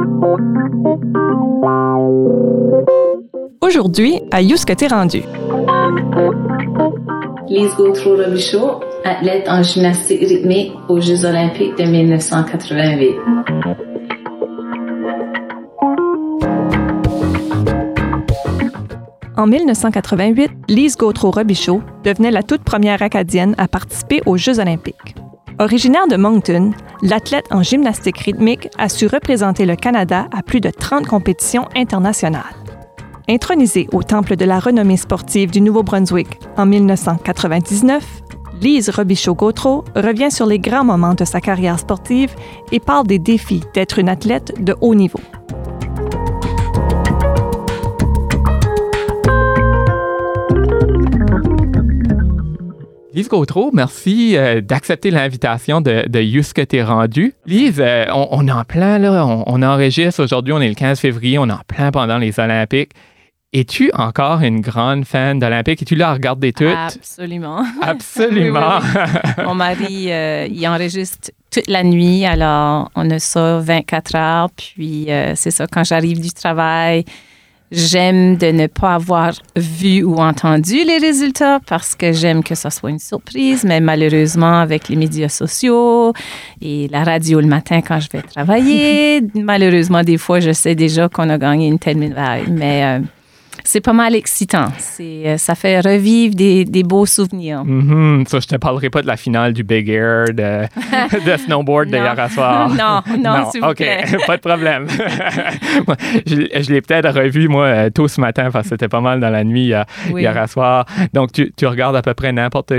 Aujourd'hui, à Où est-ce que t'es rendu? Lise Gautreau-Robichaud, athlète en gymnastique rythmique aux Jeux olympiques de 1988. En 1988, Lise Gautreau-Robichaud devenait la toute première Acadienne à participer aux Jeux olympiques. Originaire de Moncton, l'athlète en gymnastique rythmique a su représenter le Canada à plus de 30 compétitions internationales. Intronisée au Temple de la renommée sportive du Nouveau-Brunswick en 1999, Lise Robichaud-Gautreau revient sur les grands moments de sa carrière sportive et parle des défis d'être une athlète de haut niveau. Lise Gautreau, merci d'accepter l'invitation de Où est-ce que t'es rendu. Lise, on est en plein, là, on enregistre aujourd'hui, on est le 15 février, on est en plein pendant les Olympiques. Es-tu encore une grande fan d'Olympiques? Es-tu là à regarder toutes? Absolument. Absolument. Oui. Mon mari, il enregistre toute la nuit, alors on a ça 24 heures, puis c'est ça, quand j'arrive du travail, j'aime de ne pas avoir vu ou entendu les résultats parce que j'aime que ça soit une surprise, mais malheureusement, avec les médias sociaux et la radio le matin quand je vais travailler, malheureusement, des fois, je sais déjà qu'on a gagné une telle médaille, mais c'est pas mal excitant. Ça fait revivre des beaux souvenirs. Mm-hmm. Ça, je te parlerai pas de la finale du Big Air de snowboard d'hier à soir. Non, s'il vous plaît. OK, pas de problème. je l'ai peut-être revu, moi, tôt ce matin, parce que c'était pas mal dans la nuit hier à soir. Donc, tu regardes à peu près n'importe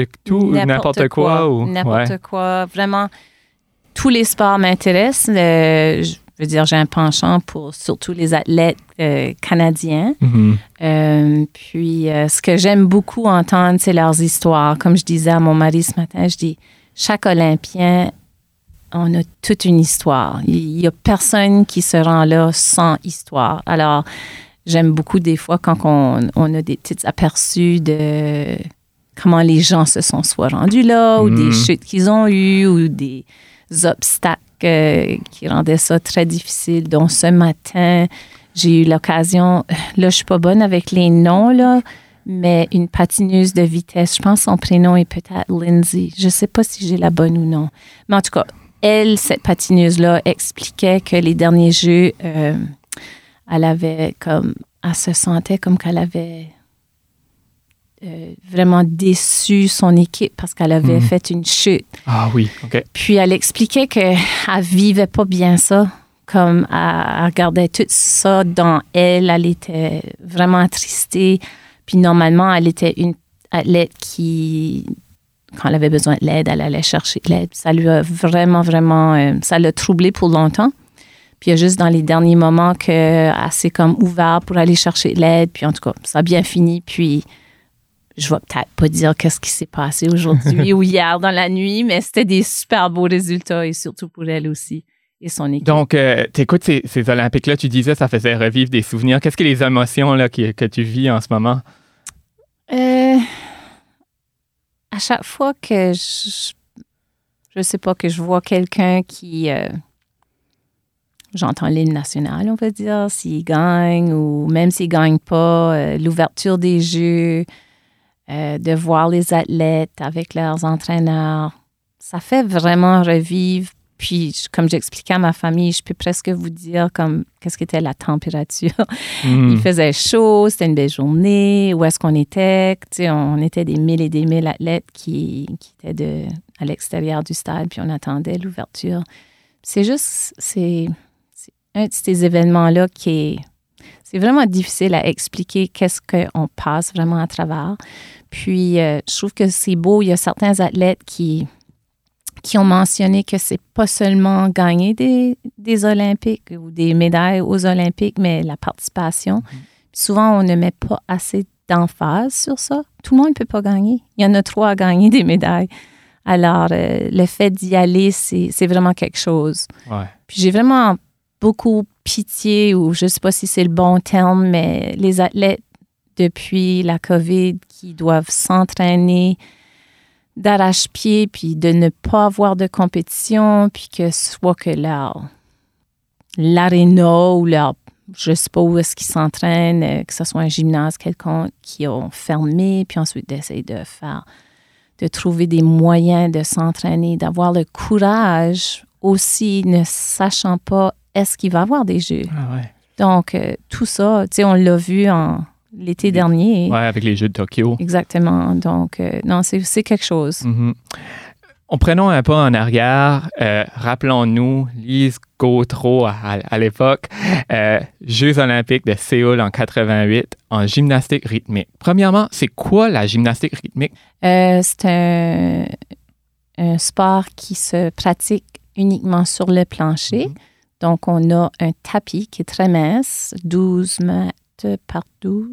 quoi? N'importe quoi. Vraiment, tous les sports m'intéressent. Je veux dire, j'ai un penchant pour surtout les athlètes canadiens. Mm-hmm. Puis, ce que j'aime beaucoup entendre, c'est leurs histoires. Comme je disais à mon mari ce matin, je dis, chaque Olympien, on a toute une histoire. Il n'y a personne qui se rend là sans histoire. Alors, j'aime beaucoup des fois quand on a des petits aperçus de comment les gens se sont soit rendus là, ou des chutes qu'ils ont eues, ou des obstacles qui rendait ça très difficile. Donc, ce matin, j'ai eu l'occasion, là, je suis pas bonne avec les noms, là, mais une patineuse de vitesse, je pense que son prénom est peut-être Lindsay. Je sais pas si j'ai la bonne ou non. Mais en tout cas, elle, cette patineuse-là, expliquait que les derniers Jeux, elle se sentait comme qu'elle avait vraiment déçu son équipe parce qu'elle avait fait une chute. Ah oui, OK. Puis elle expliquait qu'elle vivait pas bien ça, comme elle regardait tout ça dans elle. Elle était vraiment attristée. Puis normalement, elle était une athlète qui, quand elle avait besoin de l'aide, elle allait chercher de l'aide. Ça lui a vraiment, ça l'a troublée pour longtemps. Puis il y a juste dans les derniers moments qu'elle s'est comme ouverte pour aller chercher de l'aide. Puis en tout cas, ça a bien fini. Puis je vais peut-être pas dire qu'est-ce qui s'est passé aujourd'hui ou hier dans la nuit, mais c'était des super beaux résultats et surtout pour elle aussi et son équipe. Donc, tu écoutes ces Olympiques-là, tu disais ça faisait revivre des souvenirs. Qu'est-ce que les émotions là, que tu vis en ce moment? À chaque fois que je sais pas, que je vois quelqu'un qui... j'entends l'hymne national, on va dire, s'il gagne ou même s'il gagne pas, l'ouverture des Jeux, de voir les athlètes avec leurs entraîneurs, ça fait vraiment revivre. Puis, comme j'expliquais à ma famille, je peux presque vous dire comme qu'est-ce qu'était la température. Il faisait chaud, c'était une belle journée. Où est-ce qu'on était? Tu sais, on était des mille et des mille athlètes qui étaient à l'extérieur du stade, puis on attendait l'ouverture. C'est juste, c'est un de ces événements-là c'est vraiment difficile à expliquer qu'est-ce qu'on passe vraiment à travers. Puis, je trouve que c'est beau. Il y a certains athlètes qui ont mentionné que c'est pas seulement gagner des Olympiques ou des médailles aux Olympiques, mais la participation. Souvent, on ne met pas assez d'emphase sur ça. Tout le monde ne peut pas gagner. Il y en a 3 à gagner des médailles. Alors, le fait d'y aller, c'est vraiment quelque chose. Ouais. Puis j'ai vraiment beaucoup pitié, ou je ne sais pas si c'est le bon terme, mais les athlètes depuis la COVID qui doivent s'entraîner d'arrache-pied, puis de ne pas avoir de compétition, puis que soit que l'aréna ou leur, je ne sais pas où est-ce qu'ils s'entraînent, que ce soit un gymnase quelconque, qui ont fermé, puis ensuite d'essayer de trouver des moyens de s'entraîner, d'avoir le courage aussi, ne sachant pas est-ce qu'il va y avoir des Jeux. Ah ouais. Donc, tout ça, tu sais, on l'a vu l'été dernier. Oui, avec les Jeux de Tokyo. Exactement. Donc, non, c'est quelque chose. Mm-hmm. Prenons un pas en arrière. Rappelons-nous, Lise Gautreau, à l'époque, Jeux olympiques de Séoul en 88 en gymnastique rythmique. Premièrement, c'est quoi la gymnastique rythmique? C'est un sport qui se pratique uniquement sur le plancher. Mm-hmm. Donc, on a un tapis qui est très mince, 12 mètres par 12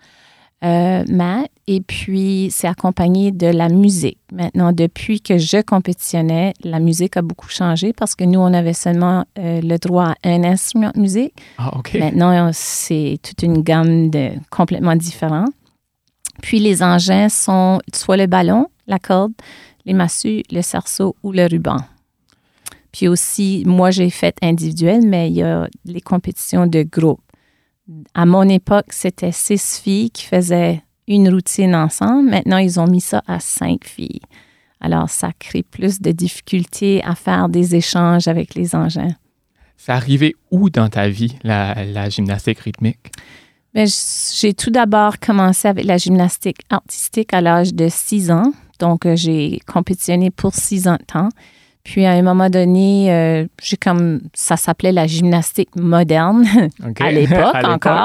mètres. Et puis, c'est accompagné de la musique. Maintenant, depuis que je compétitionnais, la musique a beaucoup changé parce que nous, on avait seulement le droit à un instrument de musique. Ah, OK. Maintenant, c'est toute une gamme complètement différente. Puis, les engins sont soit le ballon, la corde, les massues, le cerceau ou le ruban. Puis aussi, moi, j'ai fait individuel, mais il y a les compétitions de groupe. À mon époque, c'était 6 filles qui faisaient une routine ensemble. Maintenant, ils ont mis ça à 5 filles. Alors, ça crée plus de difficultés à faire des échanges avec les engins. C'est arrivé où dans ta vie, la gymnastique rythmique? Bien, j'ai tout d'abord commencé avec la gymnastique artistique à l'âge de 6 ans. Donc, j'ai compétitionné pour 6 ans de temps. Puis, à un moment donné, ça s'appelait la gymnastique moderne, okay. à l'époque encore.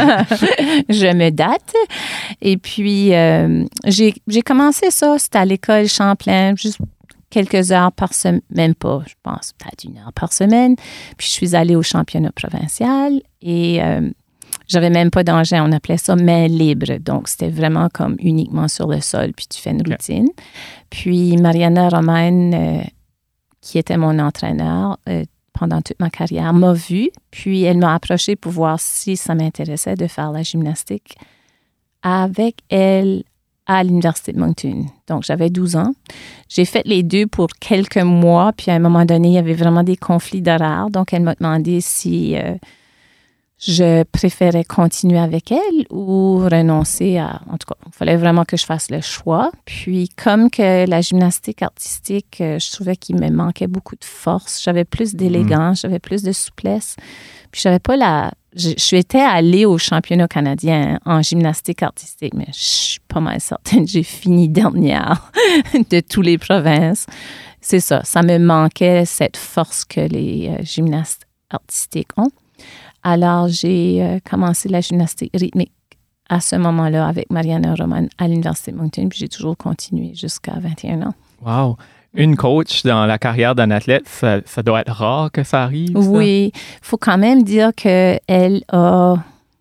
Je me date. Et puis, j'ai commencé ça, c'était à l'école Champlain, juste quelques heures par semaine, même pas, je pense, peut-être 1 heure par semaine. Puis, je suis allée au championnat provincial et j'avais même pas d'engin, on appelait ça main libre. Donc, c'était vraiment comme uniquement sur le sol, puis tu fais une routine. Puis, Mariana Romain, qui était mon entraîneur pendant toute ma carrière, m'a vue. Puis, elle m'a approchée pour voir si ça m'intéressait de faire la gymnastique avec elle à l'Université de Moncton. Donc, j'avais 12 ans. J'ai fait les deux pour quelques mois. Puis, à un moment donné, il y avait vraiment des conflits d'horaires. Donc, elle m'a demandé si je préférais continuer avec elle ou renoncer à... En tout cas, il fallait vraiment que je fasse le choix. Puis, comme que la gymnastique artistique, je trouvais qu'il me manquait beaucoup de force. J'avais plus d'élégance, j'avais plus de souplesse. Puis, j'avais pas la... Je suis allée au championnat canadien en gymnastique artistique, mais je suis pas mal certaine que j'ai fini dernière de toutes les provinces. C'est ça, ça me manquait cette force que les gymnastes artistiques ont. Alors, j'ai commencé la gymnastique rythmique à ce moment-là avec Mariana Roman à l'Université de Moncton, puis j'ai toujours continué jusqu'à 21 ans. Wow! Une coach dans la carrière d'un athlète, ça doit être rare que ça arrive, ça? Oui. Il faut quand même dire qu'elle a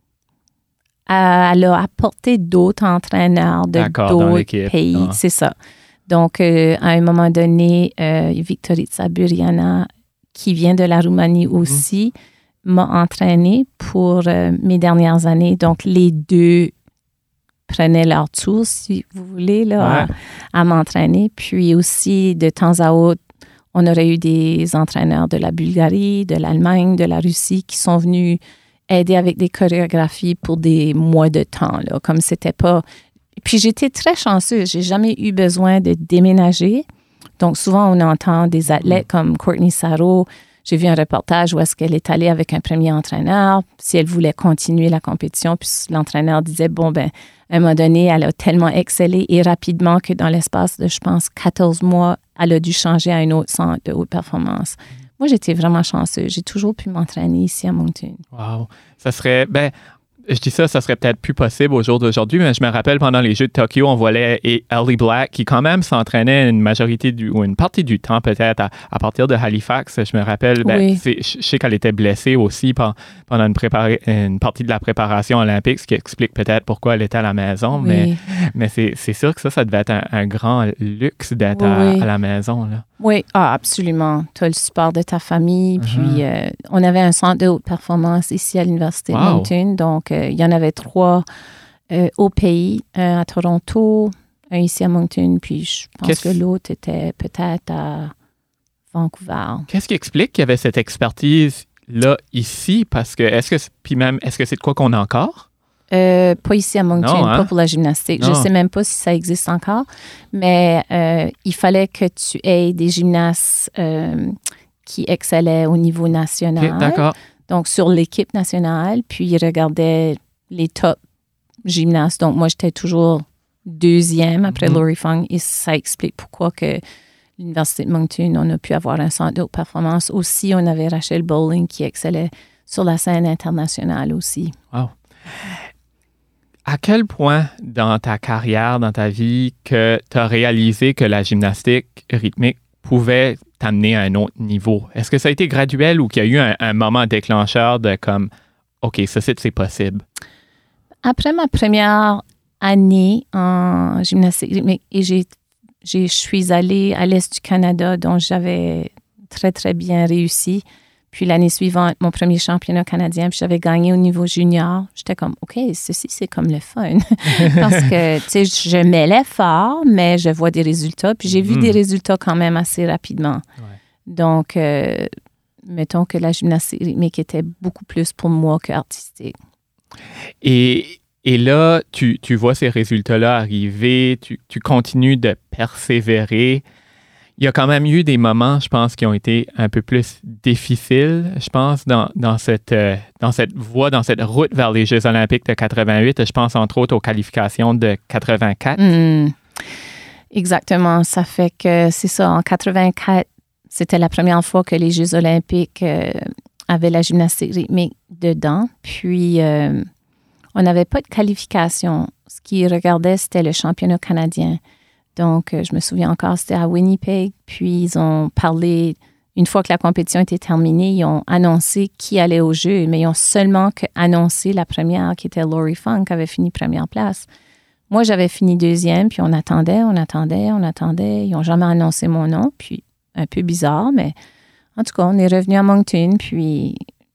apporté d'autres entraîneurs de d'autres pays. Ah. C'est ça. Donc, à un moment donné, Victorița Buriana, qui vient de la Roumanie aussi, m'a entraînée pour mes dernières années. Donc, les deux prenaient leur tour, si vous voulez, là, à m'entraîner. Puis aussi, de temps à autre, on aurait eu des entraîneurs de la Bulgarie, de l'Allemagne, de la Russie qui sont venus aider avec des chorégraphies pour des mois de temps, là, comme c'était pas... Puis j'étais très chanceuse. J'ai jamais eu besoin de déménager. Donc, souvent, on entend des athlètes comme Courtney Sarro. J'ai vu un reportage où est-ce qu'elle est allée avec un premier entraîneur, si elle voulait continuer la compétition, puis l'entraîneur disait, bon, ben, à un moment donné, elle a tellement excellé et rapidement que dans l'espace de, je pense, 14 mois, elle a dû changer à un autre centre de haute performance. Moi, j'étais vraiment chanceuse. J'ai toujours pu m'entraîner ici à Moncton. Wow! Ça serait... Je dis ça serait peut-être plus possible au jour d'aujourd'hui, mais je me rappelle pendant les Jeux de Tokyo, on voyait Ellie Black qui quand même s'entraînait une partie du temps peut-être à partir de Halifax. Je me rappelle, je sais qu'elle était blessée aussi pendant une partie de la préparation olympique, ce qui explique peut-être pourquoi elle était à la maison, mais c'est sûr que ça devait être un grand luxe d'être à la maison, là. Oui, absolument. Tu as le support de ta famille. Puis, on avait un centre de haute performance ici à l'Université de Moncton. Donc, il y en avait 3 au pays, un à Toronto, un ici à Moncton. Puis, je pense que l'autre était peut-être à Vancouver. Qu'est-ce qui explique qu'il y avait cette expertise là, ici? Parce que, est-ce que c'est de quoi qu'on a encore? Pas ici à Moncton, Non, hein? pas pour la gymnastique. Je Non. ne sais même pas si ça existe encore, mais il fallait que tu aies des gymnastes qui excellaient au niveau national. OK, d'accord. Donc, sur l'équipe nationale, puis ils regardaient les top gymnastes. Donc, moi, j'étais toujours deuxième après Laurie Fung et ça explique pourquoi que l'Université de Moncton, on a pu avoir un centre de haute performance. Aussi, on avait Rachel Bowling qui excellait sur la scène internationale aussi. Wow. À quel point dans ta carrière, dans ta vie, que tu as réalisé que la gymnastique rythmique pouvait t'amener à un autre niveau? Est-ce que ça a été graduel ou qu'il y a eu un moment déclencheur de comme, OK, ça, c'est possible? Après ma première année en gymnastique rythmique, et je suis allée à l'Est du Canada, dont j'avais très, très bien réussi. Puis l'année suivante, mon premier championnat canadien, puis j'avais gagné au niveau junior. J'étais comme, OK, ceci, c'est comme le fun. Parce que, tu sais, je mets l'effort, mais je vois des résultats. Puis j'ai vu des résultats quand même assez rapidement. Ouais. Donc, mettons que la gymnastique rythmique était beaucoup plus pour moi qu'artistique. Et là, tu vois ces résultats-là arriver, tu continues de persévérer. Il y a quand même eu des moments, je pense, qui ont été un peu plus difficiles, je pense, dans cette voie, dans cette route vers les Jeux olympiques de 88. Je pense, entre autres, aux qualifications de 84. Exactement. Ça fait que, c'est ça, en 84, c'était la première fois que les Jeux olympiques avaient la gymnastique rythmique dedans. Puis, on n'avait pas de qualification. Ce qu'ils regardaient, c'était le championnat canadien. Donc, je me souviens encore, c'était à Winnipeg. Puis, ils ont parlé, une fois que la compétition était terminée, ils ont annoncé qui allait au jeu, mais ils ont seulement annoncé la première, qui était Laurie Fung, qui avait fini première place. Moi, j'avais fini deuxième, puis on attendait. Ils n'ont jamais annoncé mon nom, puis un peu bizarre, mais en tout cas, on est revenu à Moncton, puis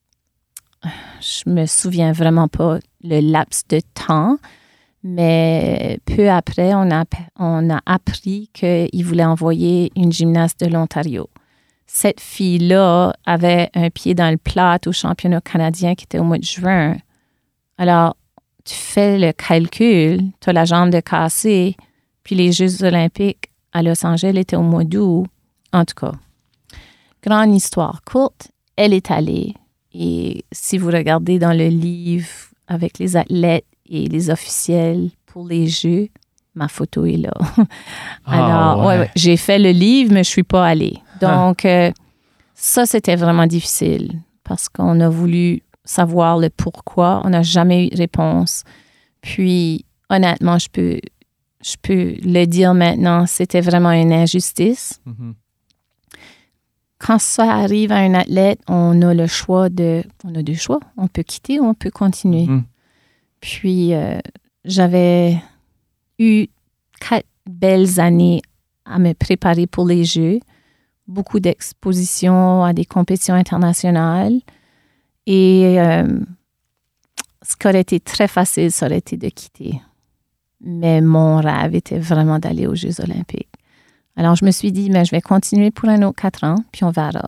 je me souviens vraiment pas le laps de temps. Mais peu après, on a appris qu'ils voulaient envoyer une gymnaste de l'Ontario. Cette fille-là avait un pied dans le plat au championnat canadien qui était au mois de juin. Alors, tu fais le calcul, tu as la jambe de cassée, puis les Jeux olympiques à Los Angeles étaient au mois d'août. En tout cas, grande histoire courte, elle est allée. Et si vous regardez dans le livre avec les athlètes, et les officiels pour les Jeux, ma photo est là. Alors, ouais, j'ai fait le livre, mais je ne suis pas allée. Donc, ça, c'était vraiment difficile parce qu'on a voulu savoir le pourquoi. On n'a jamais eu de réponse. Puis, honnêtement, je peux le dire maintenant, c'était vraiment une injustice. Mm-hmm. Quand ça arrive à un athlète, on a deux choix. On peut quitter ou on peut continuer. Mm-hmm. Puis, j'avais eu 4 belles années à me préparer pour les Jeux, beaucoup d'expositions à des compétitions internationales. Et ce qui aurait été très facile, ça aurait été de quitter. Mais mon rêve était vraiment d'aller aux Jeux olympiques. Alors, je me suis dit, je vais continuer pour un autre 4 ans, puis on verra.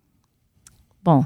Bon,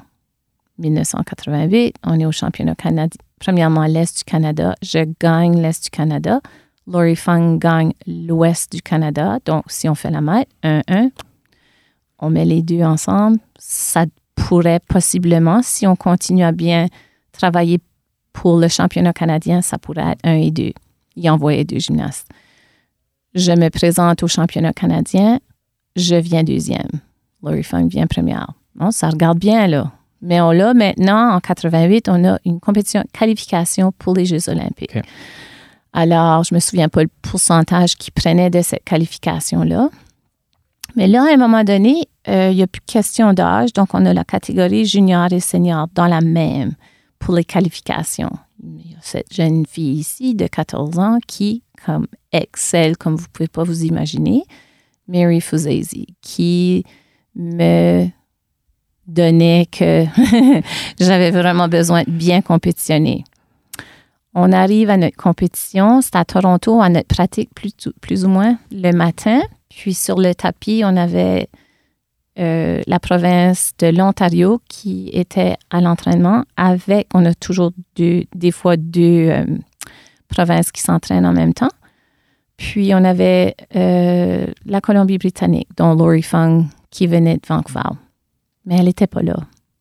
1988, on est au championnat canadien. Premièrement, l'Est du Canada. Je gagne l'Est du Canada. Laurie Fung gagne l'Ouest du Canada. Donc, si on fait la maths, 1-1, on met les deux ensemble. Ça pourrait possiblement, si on continue à bien travailler pour le championnat canadien, ça pourrait être 1 et 2. Il envoyait 2 gymnastes. Je me présente au championnat canadien. Je viens deuxième. Laurie Fung vient première. Bon, ça regarde bien, là. Mais on l'a maintenant, en 88, on a une compétition qualification pour les Jeux olympiques. Okay. Alors, je ne me souviens pas le pourcentage qu'ils prenaient de cette qualification-là. Mais là, à un moment donné, il n'y a plus de question d'âge. Donc, on a la catégorie junior et senior dans la même pour les qualifications. Il y a cette jeune fille ici de 14 ans qui excelle, comme vous ne pouvez pas vous imaginer, Mary Fuzese, qui me donnait que j'avais vraiment besoin de bien compétitionner. On arrive à notre compétition, c'est à Toronto, à notre pratique plus ou moins le matin. Puis sur le tapis, on avait la province de l'Ontario qui était à l'entraînement on a toujours des fois deux provinces qui s'entraînent en même temps. Puis on avait la Colombie-Britannique, dont Lori Fung, qui venait de Vancouver. Mais elle n'était pas là.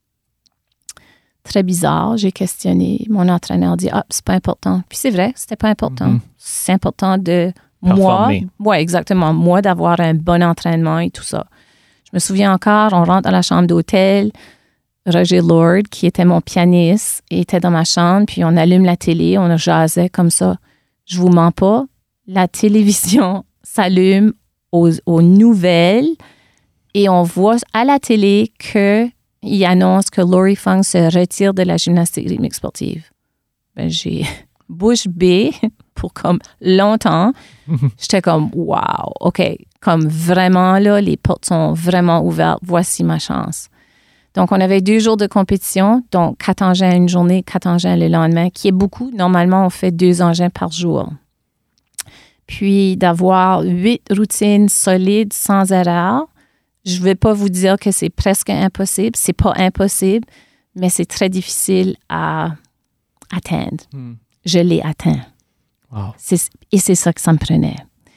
Très bizarre, j'ai questionné. Mon entraîneur dit « Ah, c'est pas important. » Puis c'est vrai, c'était pas important. Mm-hmm. C'est important de performer. Moi, exactement. Moi, d'avoir un bon entraînement et tout ça. Je me souviens encore, on rentre dans la chambre d'hôtel. Roger Lord, qui était mon pianiste, était dans ma chambre. Puis on allume la télé, on jasait comme ça. Je vous mens pas. La télévision s'allume aux nouvelles et on voit à la télé qu'il annonce que Lori Fung se retire de la gymnastique rythmique sportive. Ben, j'ai bouche bée pour comme longtemps. J'étais comme, wow, OK, comme vraiment là, les portes sont vraiment ouvertes. Voici ma chance. Donc, on avait 2 jours de compétition, donc 4 engins une journée, 4 engins le lendemain, qui est beaucoup. Normalement, on fait 2 engins par jour. Puis d'avoir 8 routines solides sans erreur. Je ne vais pas vous dire que c'est presque impossible. C'est pas impossible, mais c'est très difficile à atteindre. Je l'ai atteint. Wow. Et c'est ça que ça me prenait.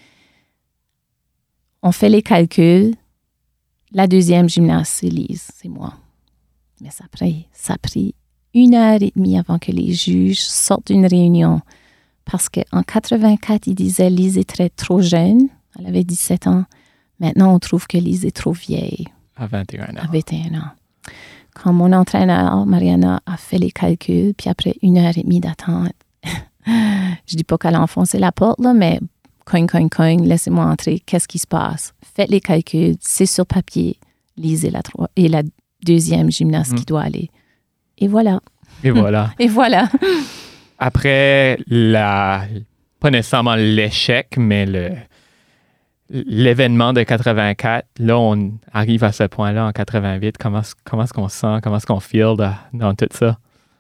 On fait les calculs. La deuxième gymnaste, c'est Lise, c'est moi. Mais ça a pris 1h30 avant que les juges sortent d'une réunion. Parce qu'en 84, ils disaient Lise était trop jeune. Elle avait 17 ans. Maintenant, on trouve que Lise est trop vieille. À 21 ans. À 21 ans. Quand mon entraîneur, Mariana, a fait les calculs, puis après 1h30 d'attente, je dis pas qu'elle a enfoncé la porte, là, mais cogne, cogne, cogne, laissez-moi entrer. Qu'est-ce qui se passe? Faites les calculs, c'est sur papier. Lise est la deuxième gymnaste qui doit aller. Et voilà. Et voilà. Et voilà. Après, pas nécessairement l'échec, mais l'événement de 84, là, on arrive à ce point-là en 88. Comment est-ce qu'on se sent? Comment est-ce qu'on feel dans tout ça?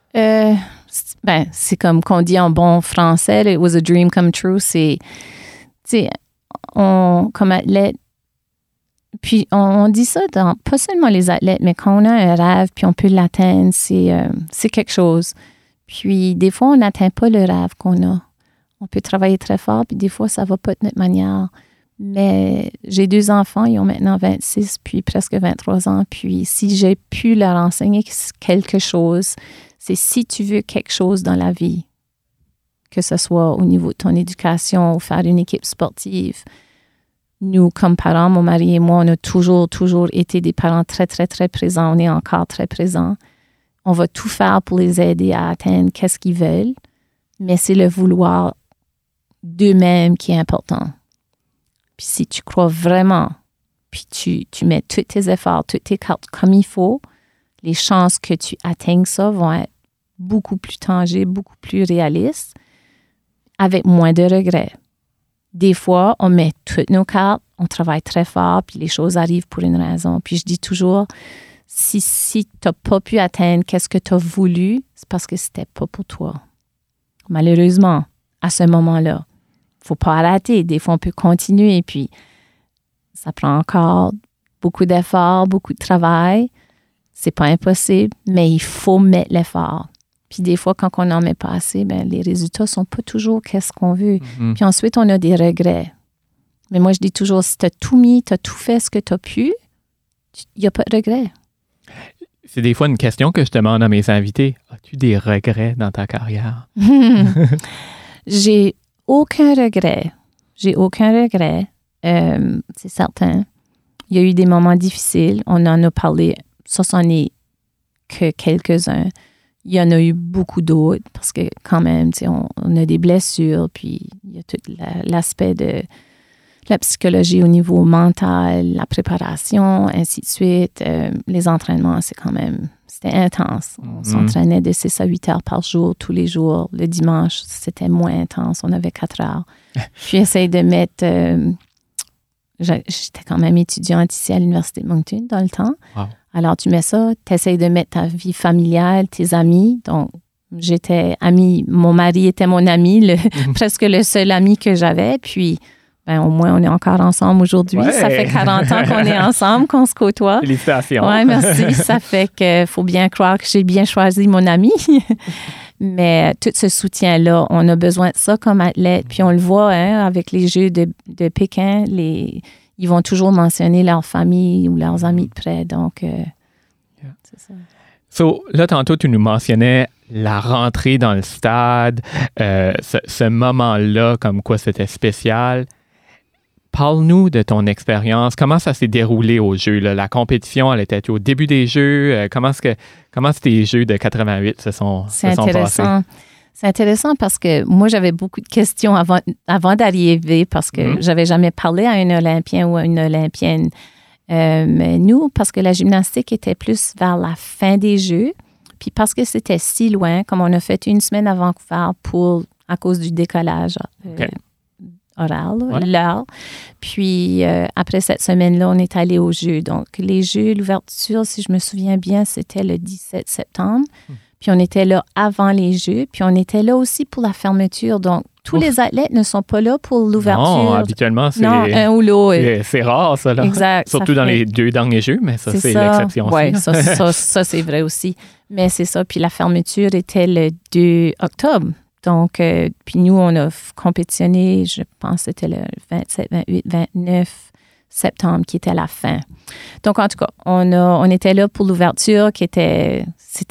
C'est comme qu'on dit en bon français, it was a dream come true. C'est, tu sais, comme athlète, puis on dit ça dans pas seulement les athlètes, mais quand on a un rêve puis on peut l'atteindre, c'est quelque chose. Puis des fois, on n'atteint pas le rêve qu'on a. On peut travailler très fort, puis des fois, ça ne va pas de notre manière. Mais j'ai 2 enfants, ils ont maintenant 26, puis presque 23 ans. Puis si j'ai pu leur enseigner quelque chose, c'est si tu veux quelque chose dans la vie, que ce soit au niveau de ton éducation ou faire une équipe sportive. Nous, comme parents, mon mari et moi, on a toujours été des parents très, très, très présents. On est encore très présents. On va tout faire pour les aider à atteindre qu'est-ce qu'ils veulent, mais c'est le vouloir d'eux-mêmes qui est important. Puis si tu crois vraiment, puis tu mets tous tes efforts, toutes tes cartes comme il faut, les chances que tu atteignes ça vont être beaucoup plus tangibles, beaucoup plus réalistes, avec moins de regrets. Des fois, on met toutes nos cartes, on travaille très fort, puis les choses arrivent pour une raison. Puis je dis toujours, si tu n'as pas pu atteindre qu'est-ce que tu as voulu, c'est parce que c'était pas pour toi. Malheureusement, à ce moment-là, il ne faut pas arrêter. Des fois, on peut continuer, puis ça prend encore beaucoup d'efforts, beaucoup de travail. C'est pas impossible, mais il faut mettre l'effort. Puis des fois, quand on n'en met pas assez, ben, les résultats ne sont pas toujours qu'est-ce qu'on veut. Mm-hmm. Puis ensuite, on a des regrets. Mais moi, je dis toujours, si tu as tout mis, tu as tout fait ce que tu as pu, il n'y a pas de regrets. C'est des fois une question que je demande à mes invités. As-tu des regrets dans ta carrière? J'ai aucun regret. C'est certain. Il y a eu des moments difficiles. On en a parlé. Ça, c'en est que quelques-uns. Il y en a eu beaucoup d'autres parce que quand même, on a des blessures, puis il y a tout l'aspect de la psychologie au niveau mental, la préparation, ainsi de suite. Les entraînements, c'était intense. On s'entraînait de 6 à 8 heures par jour, tous les jours. Le dimanche, c'était moins intense. On avait 4 heures. Puis, essaye de mettre... j'étais quand même étudiante ici à l'Université de Moncton dans le temps. Wow. Alors, tu mets ça, tu essayes de mettre ta vie familiale, tes amis. Donc, j'étais amie. Mon mari était mon ami, presque le seul ami que j'avais. Puis, au moins, on est encore ensemble aujourd'hui. Ouais. Ça fait 40 ans qu'on est ensemble, qu'on se côtoie. Félicitations. Oui, merci. Ça fait qu'il faut bien croire que j'ai bien choisi mon ami. Mais tout ce soutien-là, on a besoin de ça comme athlète. Puis on le voit avec les Jeux de Pékin, ils vont toujours mentionner leur famille ou leurs amis de près. Donc, c'est ça. So, là, tantôt, tu nous mentionnais la rentrée dans le stade, ce moment-là, comme quoi c'était spécial. Parle-nous de ton expérience. Comment ça s'est déroulé aux Jeux? Là? La compétition, elle était au début des Jeux. Comment ces Jeux de 88 se sont passés? C'est intéressant parce que moi, j'avais beaucoup de questions avant d'arriver parce que j'avais jamais parlé à un Olympien ou à une Olympienne. Mais nous, parce que la gymnastique était plus vers la fin des Jeux, puis parce que c'était si loin, comme on a fait une semaine à Vancouver à cause du décollage horaire, l'heure. Puis après cette semaine-là, on est allé aux Jeux. Donc, les Jeux, l'ouverture, si je me souviens bien, c'était le 17 septembre. Puis on était là avant les Jeux. Puis on était là aussi pour la fermeture. Donc, tous les athlètes ne sont pas là pour l'ouverture. Non, habituellement, c'est un ou l'autre. C'est rare, ça. Là. Exact. Surtout dans les 2 derniers Jeux, mais ça, c'est l'exception aussi. Oui, ça, c'est vrai aussi. Mais c'est ça. Puis la fermeture était le 2 octobre. Donc, puis nous, on a compétitionné, je pense que c'était le 27, 28, 29 septembre qui était la fin. Donc, en tout cas, on était là pour l'ouverture c'était,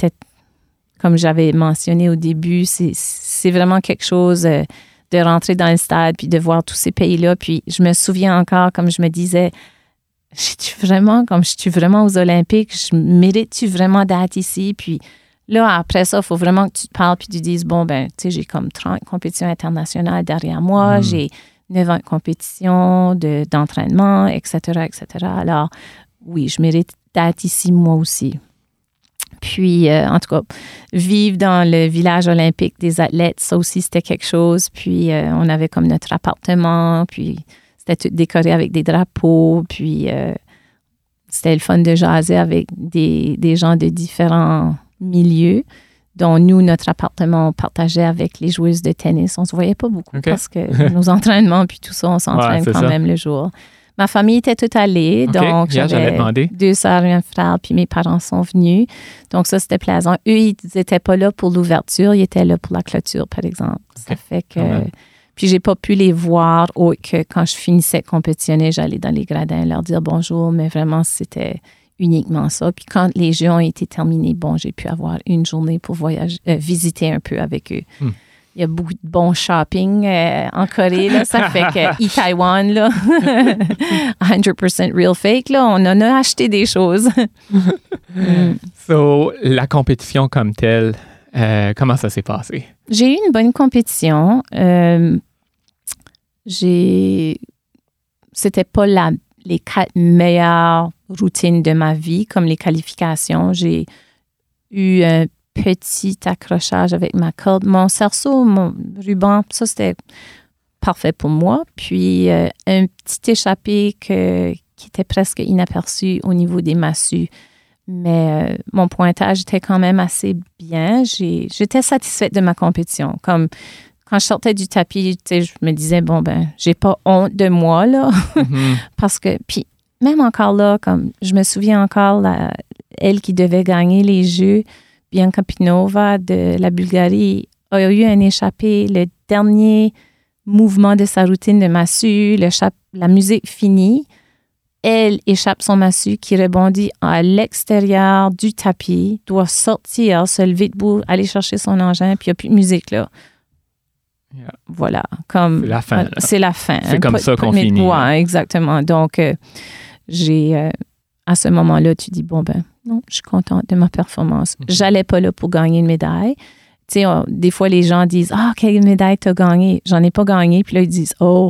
comme j'avais mentionné au début, c'est vraiment quelque chose de rentrer dans le stade puis de voir tous ces pays-là. Puis je me souviens encore, comme je me disais, je suis vraiment aux Olympiques, mérite-tu vraiment d'être ici? Puis là, après ça, il faut vraiment que tu te parles puis tu dises, bon, tu sais, j'ai comme 30 compétitions internationales derrière moi, j'ai 9 ans de compétition, d'entraînement, etc., etc. Alors, oui, je mérite d'être ici moi aussi. Puis, en tout cas, vivre dans le village olympique des athlètes, ça aussi, c'était quelque chose. Puis, on avait comme notre appartement, puis c'était tout décoré avec des drapeaux, puis c'était le fun de jaser avec des gens de différents milieux, dont nous, notre appartement, on partageait avec les joueuses de tennis. On ne se voyait pas beaucoup parce que nos entraînements, puis tout ça, on s'entraîne quand même le jour. Ma famille était toute allée, donc j'avais 2 sœurs et un frère, puis mes parents sont venus. Donc ça, c'était plaisant. Eux, ils n'étaient pas là pour l'ouverture, ils étaient là pour la clôture, par exemple. Ça fait que... Puis j'ai pas pu les voir autre que quand je finissais de compétitionner, j'allais dans les gradins leur dire bonjour, mais vraiment, c'était uniquement ça. Puis quand les Jeux ont été terminés, j'ai pu avoir une journée pour visiter un peu avec eux. Il y a beaucoup de bon shopping en Corée, là. Ça fait que Itaewon, là, 100% real fake, là, on en a acheté des choses. So, la compétition comme telle, comment ça s'est passé? J'ai eu une bonne compétition. C'était pas les 4 meilleures routines de ma vie, comme les qualifications. J'ai eu un petit accrochage avec ma corde. Mon cerceau, mon ruban, ça, c'était parfait pour moi. Puis, un petit échappé qui était presque inaperçu au niveau des massues. Mais mon pointage était quand même assez bien. J'étais satisfaite de ma compétition. Comme quand je sortais du tapis, je me disais, j'ai pas honte de moi, là. Parce que, puis même encore là, comme je me souviens encore, elle qui devait gagner les Jeux, Bianca Pinova de la Bulgarie, a eu un échappé. Le dernier mouvement de sa routine de massue, la musique finie. Elle échappe son massue qui rebondit à l'extérieur du tapis, doit sortir, se lever debout, aller chercher son engin, puis il n'y a plus de musique, là. Yeah. Voilà. Comme, c'est la fin. Là. C'est la fin. C'est comme ça qu'on finit. Oui, exactement. Donc, à ce moment-là, tu dis, non, je suis contente de ma performance. J'allais pas là pour gagner une médaille. Tu sais, des fois, les gens disent, quelle médaille t'as gagné? J'en ai pas gagné. Puis là, ils disent, oh,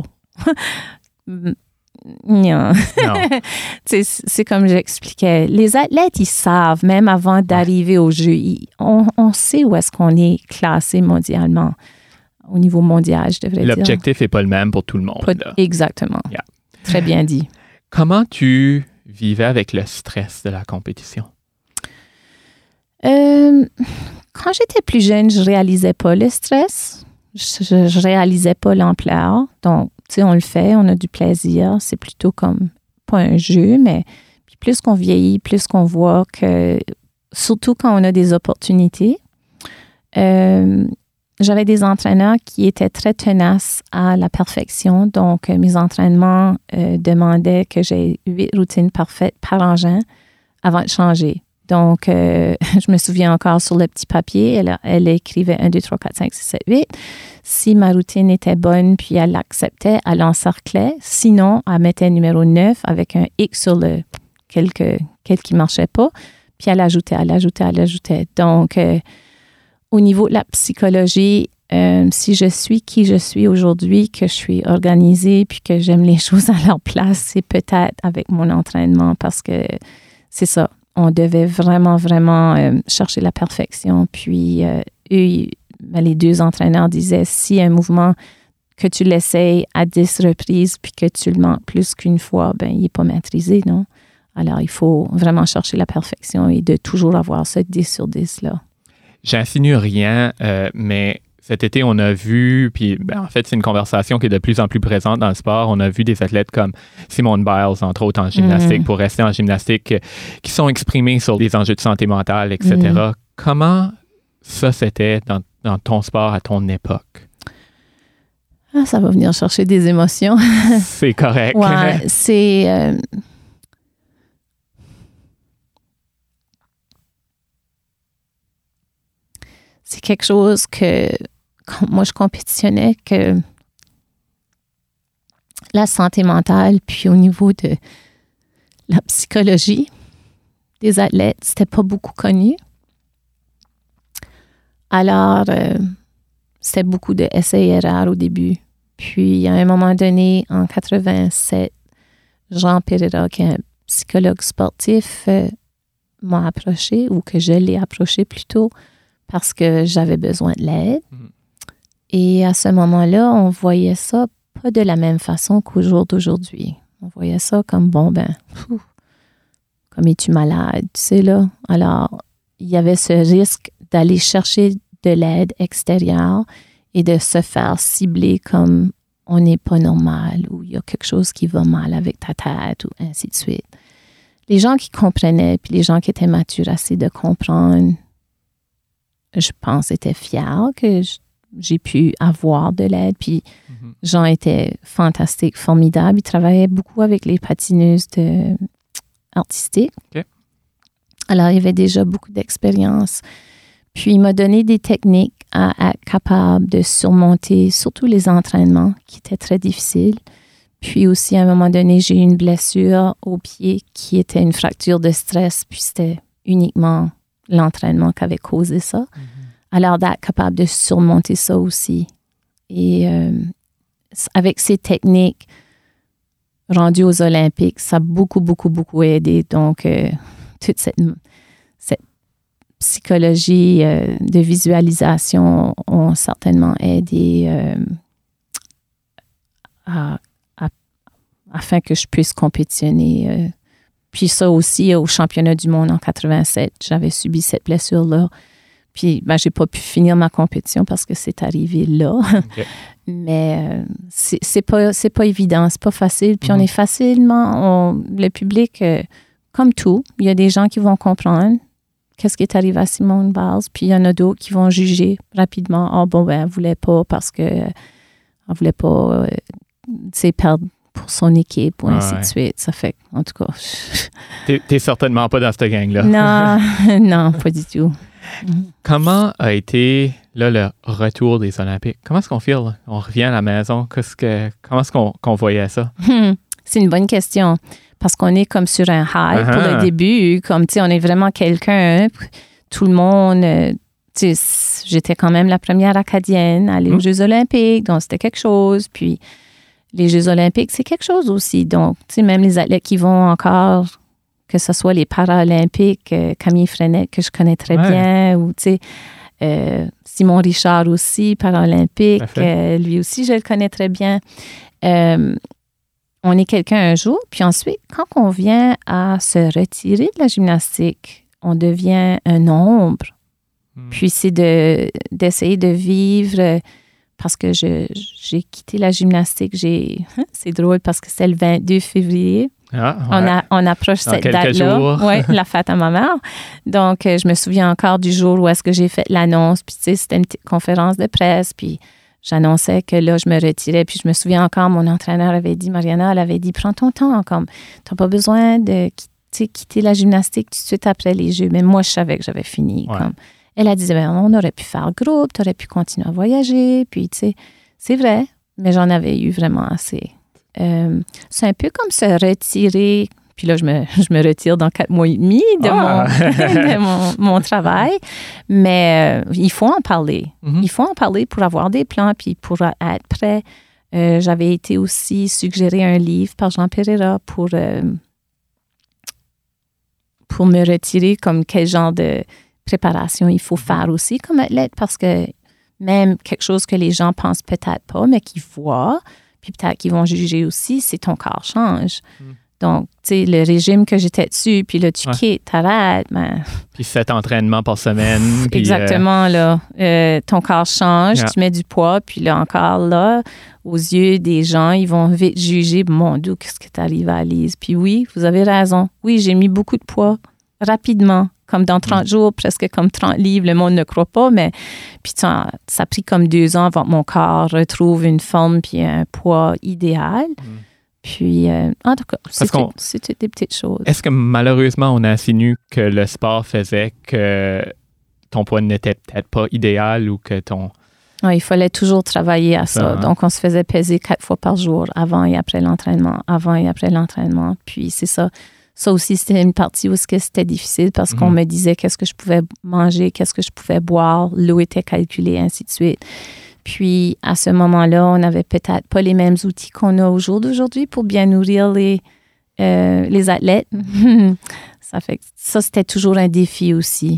non. C'est comme j'expliquais. Les athlètes, ils savent, même avant d'arriver au jeu, on sait où est-ce qu'on est classé mondialement. Au niveau mondial, je devrais dire. L'objectif n'est pas le même pour tout le monde. Exactement. Yeah. Très bien dit. Comment tu vivais avec le stress de la compétition? Quand j'étais plus jeune, je réalisais pas le stress. Je réalisais pas l'ampleur. Donc, Tu sais, on le fait, on a du plaisir. C'est plutôt comme, pas un jeu, mais puis plus qu'on vieillit, plus qu'on voit que, surtout quand on a des opportunités, j'avais des entraîneurs qui étaient très tenaces à la perfection. Donc, mes entraînements demandaient que j'ai 8 routines parfaites par engin avant de changer. Donc, je me souviens encore sur le petit papier, elle écrivait 1, 2, 3, 4, 5, 6, 7, 8. Si ma routine était bonne, puis elle l'acceptait, elle encerclait. Sinon, elle mettait numéro 9 avec un X sur le quel qui ne marchait pas. Puis elle ajoutait. Donc, au niveau de la psychologie, si je suis qui je suis aujourd'hui, que je suis organisée, puis que j'aime les choses à leur place, c'est peut-être avec mon entraînement parce que c'est ça. On devait vraiment, vraiment chercher la perfection. Puis, les 2 entraîneurs disaient, si un mouvement que tu l'essayes à 10 reprises puis que tu le manques plus qu'une fois, il n'est pas maîtrisé, non? Alors, il faut vraiment chercher la perfection et de toujours avoir ce 10 sur 10, là. J'insinue rien, mais cet été, on a vu, puis en fait, c'est une conversation qui est de plus en plus présente dans le sport. On a vu des athlètes comme Simone Biles, entre autres en gymnastique, pour rester en gymnastique, qui sont exprimés sur des enjeux de santé mentale, etc. Comment ça, c'était dans ton sport à ton époque? Ah, ça va venir chercher des émotions. C'est correct. Ouais, c'est... c'est quelque chose que, quand moi, je compétitionnais, que la santé mentale, puis au niveau de la psychologie des athlètes, c'était pas beaucoup connu. Alors, c'était beaucoup de essais-erreurs au début. Puis, à un moment donné, en 87, Jean Pereira, qui est un psychologue sportif, m'a approché, ou que je l'ai approché plutôt, parce que j'avais besoin de l'aide. Et à ce moment-là, on voyait ça pas de la même façon qu'au jour d'aujourd'hui. On voyait ça comme, comme es-tu malade, tu sais, là. Alors, il y avait ce risque d'aller chercher de l'aide extérieure et de se faire cibler comme on n'est pas normal ou il y a quelque chose qui va mal avec ta tête ou ainsi de suite. Les gens qui comprenaient, puis les gens qui étaient matures assez de comprendre, je pense, étaient fiers que j'ai pu avoir de l'aide. Puis Jean était fantastique, formidable. Il travaillait beaucoup avec les patineuses artistiques. Okay. Alors, il y avait déjà beaucoup d'expérience. Puis, il m'a donné des techniques à être capable de surmonter, surtout les entraînements qui étaient très difficiles. Puis aussi, à un moment donné, j'ai eu une blessure au pied qui était une fracture de stress. Puis, c'était uniquement l'entraînement qui avait causé ça. Alors, d'être capable de surmonter ça aussi. Et avec ces techniques rendues aux Olympiques, ça a beaucoup, beaucoup, beaucoup aidé. Donc, toute cette psychologie de visualisation ont certainement aidé afin que je puisse compétitionner. Puis ça aussi, au championnat du monde en 87, j'avais subi cette blessure-là. Puis, j'ai pas pu finir ma compétition parce que c'est arrivé là. Okay. Mais c'est pas évident, c'est pas facile. Puis on est facilement... le public, comme tout, il y a des gens qui vont comprendre qu'est-ce qui est arrivé à Simone Biles. Puis il y en a d'autres qui vont juger rapidement. Elle voulait pas parce que... elle voulait pas, perdre pour son équipe ou ainsi de suite. Ça fait, en tout cas... T'es certainement pas dans cette gang-là. Non, non, pas du tout. Comment a été là, le retour des Olympiques? Comment est-ce qu'on file? Là? On revient à la maison. Comment est-ce qu'on voyait ça? C'est une bonne question. Parce qu'on est comme sur un high pour le début. Comme, on est vraiment quelqu'un. Tout le monde... j'étais quand même la première Acadienne à aller aux Jeux olympiques. Donc, c'était quelque chose. Puis, les Jeux olympiques, c'est quelque chose aussi. Donc, même les athlètes qui vont encore... que ce soit les Paralympiques, Camille Frenette, que je connais très bien, ou Simon Richard aussi, Paralympique, lui aussi, je le connais très bien. On est quelqu'un un jour, puis ensuite, quand on vient à se retirer de la gymnastique, on devient un nombre. Puis c'est d'essayer de vivre parce que j'ai quitté la gymnastique. C'est drôle parce que c'est le 22 février. Ah, ouais. On approche dans cette quelques date-là. jours. Oui, la fête à ma mère. Donc, je me souviens encore du jour où est-ce que j'ai fait l'annonce. Puis, tu sais, c'était une petite conférence de presse. Puis, j'annonçais que là, je me retirais. Puis, je me souviens encore, mon entraîneur avait dit, Mariana, elle avait dit, prends ton temps. Comme, t'as pas besoin de quitter la gymnastique tout de suite après les Jeux. Mais moi, je savais que j'avais fini. Ouais. Comme, elle a dit, ben, on aurait pu faire groupe, tu aurais pu continuer à voyager. Puis, tu sais, c'est vrai, mais j'en avais eu vraiment assez. C'est un peu comme se retirer. Puis là, je me retire dans 4 mois et demi de mon travail. Mais il faut en parler. Mm-hmm. Il faut en parler pour avoir des plans puis pour être prêt. J'avais été aussi suggéré un livre par Jean Pereira pour me retirer, comme quel genre de préparation il faut faire aussi comme athlète, parce que même quelque chose que les gens pensent peut-être pas, mais qu'ils voient, puis peut-être qu'ils vont juger aussi, c'est ton corps change. Donc, tu sais, le régime que j'étais dessus, puis là, tu quittes, t'arrêtes. Ben, puis 7 entraînements par semaine. Puis, exactement, là. Ton corps change, tu mets du poids, puis là, encore là, aux yeux des gens, ils vont vite juger, mon Dieu, qu'est-ce que t'arrives à Lise? Puis oui, vous avez raison. Oui, j'ai mis beaucoup de poids rapidement, comme dans 30 jours, presque comme 30 livres, le monde ne croit pas, mais puis ça a pris comme 2 ans avant que mon corps retrouve une forme puis un poids idéal. Puis, en tout cas, c'était des petites choses. Est-ce que malheureusement, on insinue que le sport faisait que ton poids n'était peut-être pas idéal ou que ton... Il fallait toujours travailler à ça. Donc, on se faisait peser 4 fois par jour, avant et après l'entraînement, Puis, c'est ça. Ça aussi, c'était une partie où c'était difficile parce qu'on me disait qu'est-ce que je pouvais manger, qu'est-ce que je pouvais boire, l'eau était calculée, ainsi de suite. Puis, à ce moment-là, on n'avait peut-être pas les mêmes outils qu'on a au jour d'aujourd'hui pour bien nourrir les athlètes. Ça fait que ça, c'était toujours un défi aussi.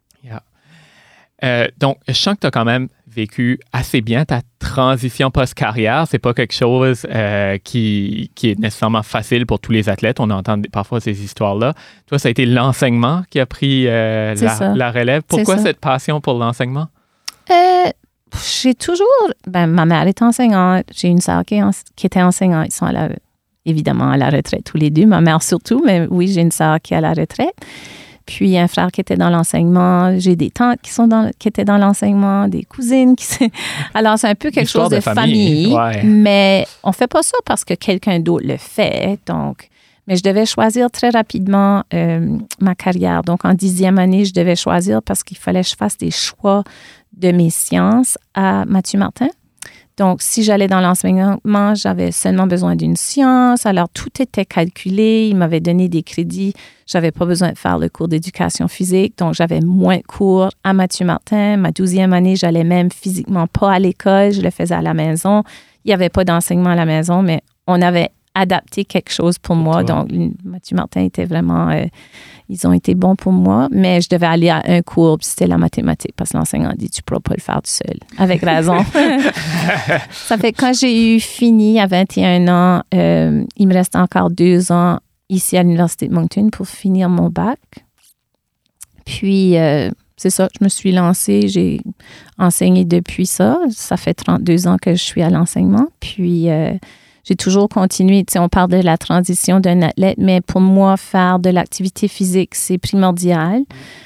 Yeah. Donc, je sens que tu as quand même vécu assez bien ta transition post-carrière. C'est pas quelque chose qui est nécessairement facile pour tous les athlètes. On entend parfois ces histoires-là. Toi, ça a été l'enseignement qui a pris la relève. Pourquoi cette passion pour l'enseignement? J'ai toujours... ma mère est enseignante. J'ai une sœur qui était enseignante. Ils sont évidemment à la retraite tous les deux. Ma mère surtout, mais oui, j'ai une sœur qui est à la retraite. Puis un frère qui était dans l'enseignement. J'ai des tantes qui étaient dans l'enseignement, des cousines Alors, c'est un peu quelque chose de famille. Ouais. Mais on ne fait pas ça parce que quelqu'un d'autre le fait. Donc, mais je devais choisir très rapidement ma carrière. Donc, en 10e année, je devais choisir parce qu'il fallait que je fasse des choix de mes sciences à Mathieu Martin. Donc, si j'allais dans l'enseignement, j'avais seulement besoin d'une science. Alors, tout était calculé. Il m'avait donné des crédits. Je n'avais pas besoin de faire le cours d'éducation physique. Donc, j'avais moins de cours à Mathieu Martin. Ma 12e année, j'allais même physiquement pas à l'école. Je le faisais à la maison. Il n'y avait pas d'enseignement à la maison, mais on avait adapté quelque chose pour moi. Donc, Mathieu Martin était vraiment... ils ont été bons pour moi, mais je devais aller à un cours, puis c'était la mathématique, parce que l'enseignant dit, tu ne pourras pas le faire tout seul. Avec raison. Ça fait que quand j'ai eu fini à 21 ans, il me reste encore 2 ans ici à l'Université de Moncton pour finir mon bac. Puis, c'est ça, je me suis lancée, j'ai enseigné depuis ça. Ça fait 32 ans que je suis à l'enseignement. Puis, j'ai toujours continué. Tu sais, on parle de la transition d'un athlète, mais pour moi, faire de l'activité physique, c'est primordial.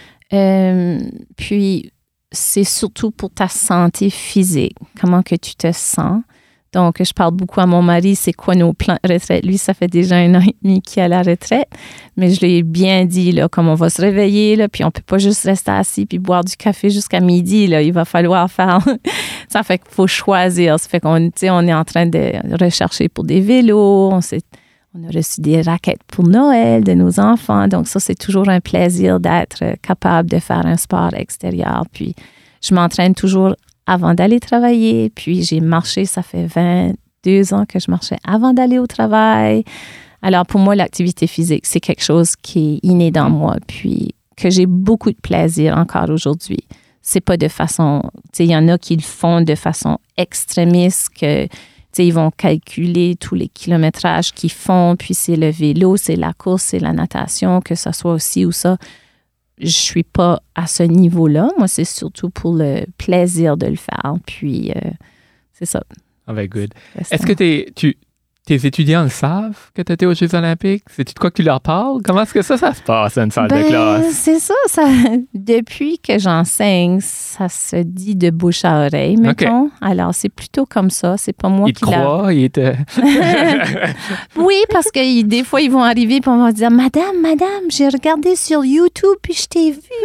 Puis, c'est surtout pour ta santé physique. Comment que tu te sens. Donc, je parle beaucoup à mon mari, c'est quoi nos plans de retraite. Lui, ça fait déjà 1 an et demi qu'il est à la retraite. Mais je lui ai bien dit, là, comme on va se réveiller, là, puis on ne peut pas juste rester assis puis boire du café jusqu'à midi. Là, il va falloir faire... Ça fait qu'il faut choisir. Ça fait qu'on on est en train de rechercher pour des vélos. On a reçu des raquettes pour Noël de nos enfants. Donc, ça, c'est toujours un plaisir d'être capable de faire un sport extérieur. Puis, je m'entraîne toujours avant d'aller travailler. Puis, j'ai marché, ça fait 22 ans que je marchais avant d'aller au travail. Alors, pour moi, l'activité physique, c'est quelque chose qui est inné dans moi. Puis, que j'ai beaucoup de plaisir encore aujourd'hui. C'est pas de façon... Tu sais, il y en a qui le font de façon extrémiste, que, tu sais, ils vont calculer tous les kilométrages qu'ils font, puis c'est le vélo, c'est la course, c'est la natation, que ce soit aussi ou ça. Je suis pas à ce niveau-là. Moi, c'est surtout pour le plaisir de le faire. Puis, c'est ça. Ah ben, good. Est-ce que tes étudiants le savent que tu étais aux Jeux olympiques? C'est-tu de quoi que tu leur parles? Comment est-ce que ça se passe, une salle de classe? C'est ça. Depuis que j'enseigne, ça se dit de bouche à oreille, mettons. Okay. Alors, c'est plutôt comme ça. C'est pas moi qui croient, ils te... Oui, parce que des fois, ils vont arriver et on va dire « Madame, j'ai regardé sur YouTube puis je t'ai vu. »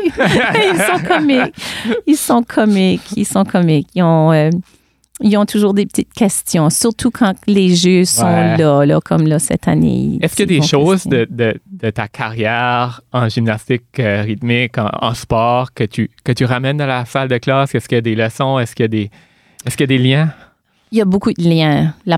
Ils sont comiques. Ils ont toujours des petites questions, surtout quand les jeux sont là, comme là cette année. Est-ce qu'il y a des choses de ta carrière en gymnastique rythmique, en sport, que tu ramènes dans la salle de classe? Est-ce qu'il y a des leçons? Est-ce qu'il y a des liens? Il y a beaucoup de liens. La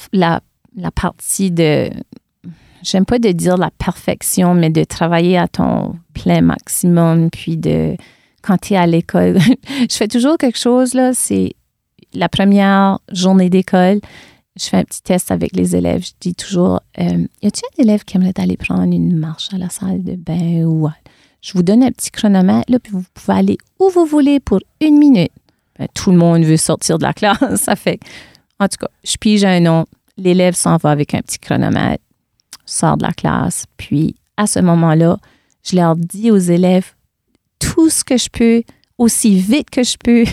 partie de... J'aime pas de dire la perfection, mais de travailler à ton plein maximum, puis quand tu es à l'école. Je fais toujours quelque chose, là, c'est... La première journée d'école, je fais un petit test avec les élèves. Je dis toujours, y a-t-il un élève qui aimerait aller prendre une marche à la salle de bain ou je vous donne un petit chronomètre, là, puis vous pouvez aller où vous voulez pour 1 minute. Ben, tout le monde veut sortir de la classe. Ça fait, en tout cas, je pige un nom. L'élève s'en va avec un petit chronomètre, sort de la classe. Puis, à ce moment-là, je leur dis aux élèves tout ce que je peux, aussi vite que je peux,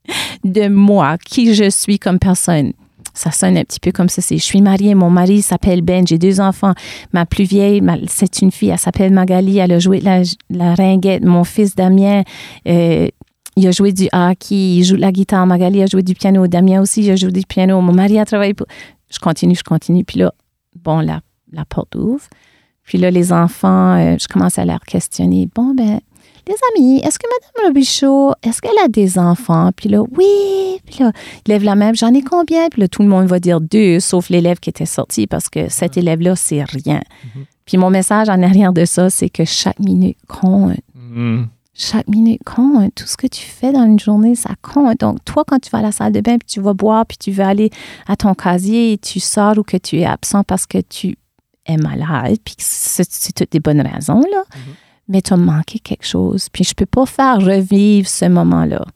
de moi, qui je suis comme personne. Ça sonne un petit peu comme ça. Je suis mariée, mon mari s'appelle Ben, j'ai 2 enfants. Ma plus vieille, c'est une fille, elle s'appelle Magali, elle a joué la ringuette. Mon fils Damien, il a joué du hockey, il joue de la guitare. Magali a joué du piano. Damien aussi, il a joué du piano. Mon mari a travaillé pour... Je continue. Puis là, bon, la porte ouvre. Puis là, les enfants, je commence à leur questionner. Bon, ben, les amis, est-ce que Mme Robichaud, est-ce qu'elle a des enfants? Puis là, oui. Puis là, il lève la main, j'en ai combien? Puis là, tout le monde va dire 2, sauf l'élève qui était sorti parce que cet élève-là, c'est rien. Mm-hmm. Puis mon message en arrière de ça, c'est que chaque minute compte. Mm. Chaque minute compte. Tout ce que tu fais dans une journée, ça compte. Donc, toi, quand tu vas à la salle de bain, puis tu vas boire, puis tu veux aller à ton casier et tu sors ou que tu es absent parce que tu es malade, puis c'est toutes des bonnes raisons, là. Mm-hmm. Mais tu as manqué quelque chose. Puis je peux pas faire revivre ce moment-là.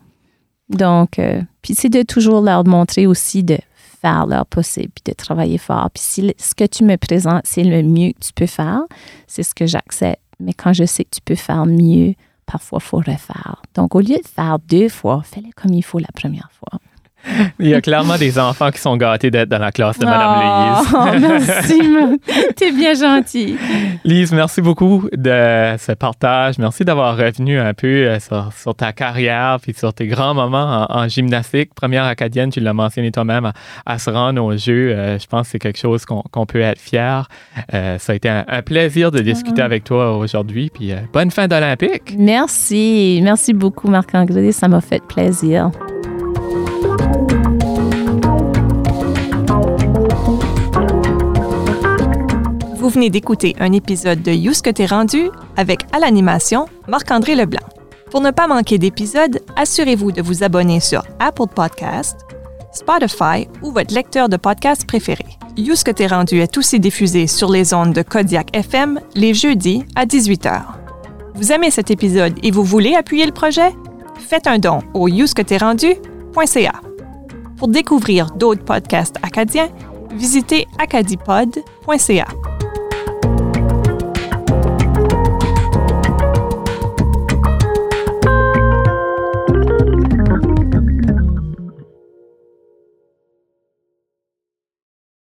Donc, puis c'est de toujours leur montrer aussi de faire leur possible, puis de travailler fort. Puis si ce que tu me présentes, c'est le mieux que tu peux faire, c'est ce que j'accepte. Mais quand je sais que tu peux faire mieux, parfois, il faut refaire. Donc, au lieu de faire 2 fois, fais-le comme il faut la première fois. Il y a clairement des enfants qui sont gâtés d'être dans la classe de Mme Lise. Oh, merci. T'es bien gentil. Lise, merci beaucoup de ce partage. Merci d'avoir revenu un peu sur ta carrière puis sur tes grands moments en gymnastique. Première acadienne, tu l'as mentionné toi-même, à se rendre aux Jeux. Je pense que c'est quelque chose qu'on peut être fier. Ça a été un plaisir de discuter avec toi aujourd'hui. Puis bonne fin d'Olympique. Merci. Merci beaucoup, Marc-André. Ça m'a fait plaisir. Vous venez d'écouter un épisode de You ce que t'es rendu avec à l'animation Marc-André Leblanc. Pour ne pas manquer d'épisodes, assurez-vous de vous abonner sur Apple Podcasts, Spotify ou votre lecteur de podcasts préféré. You ce que t'es rendu est aussi diffusé sur les ondes de Kodiak FM les jeudis à 18h. Vous aimez cet épisode et vous voulez appuyer le projet? Faites un don au yousqueterrendu.ca. Pour découvrir d'autres podcasts acadiens, visitez acadipod.ca.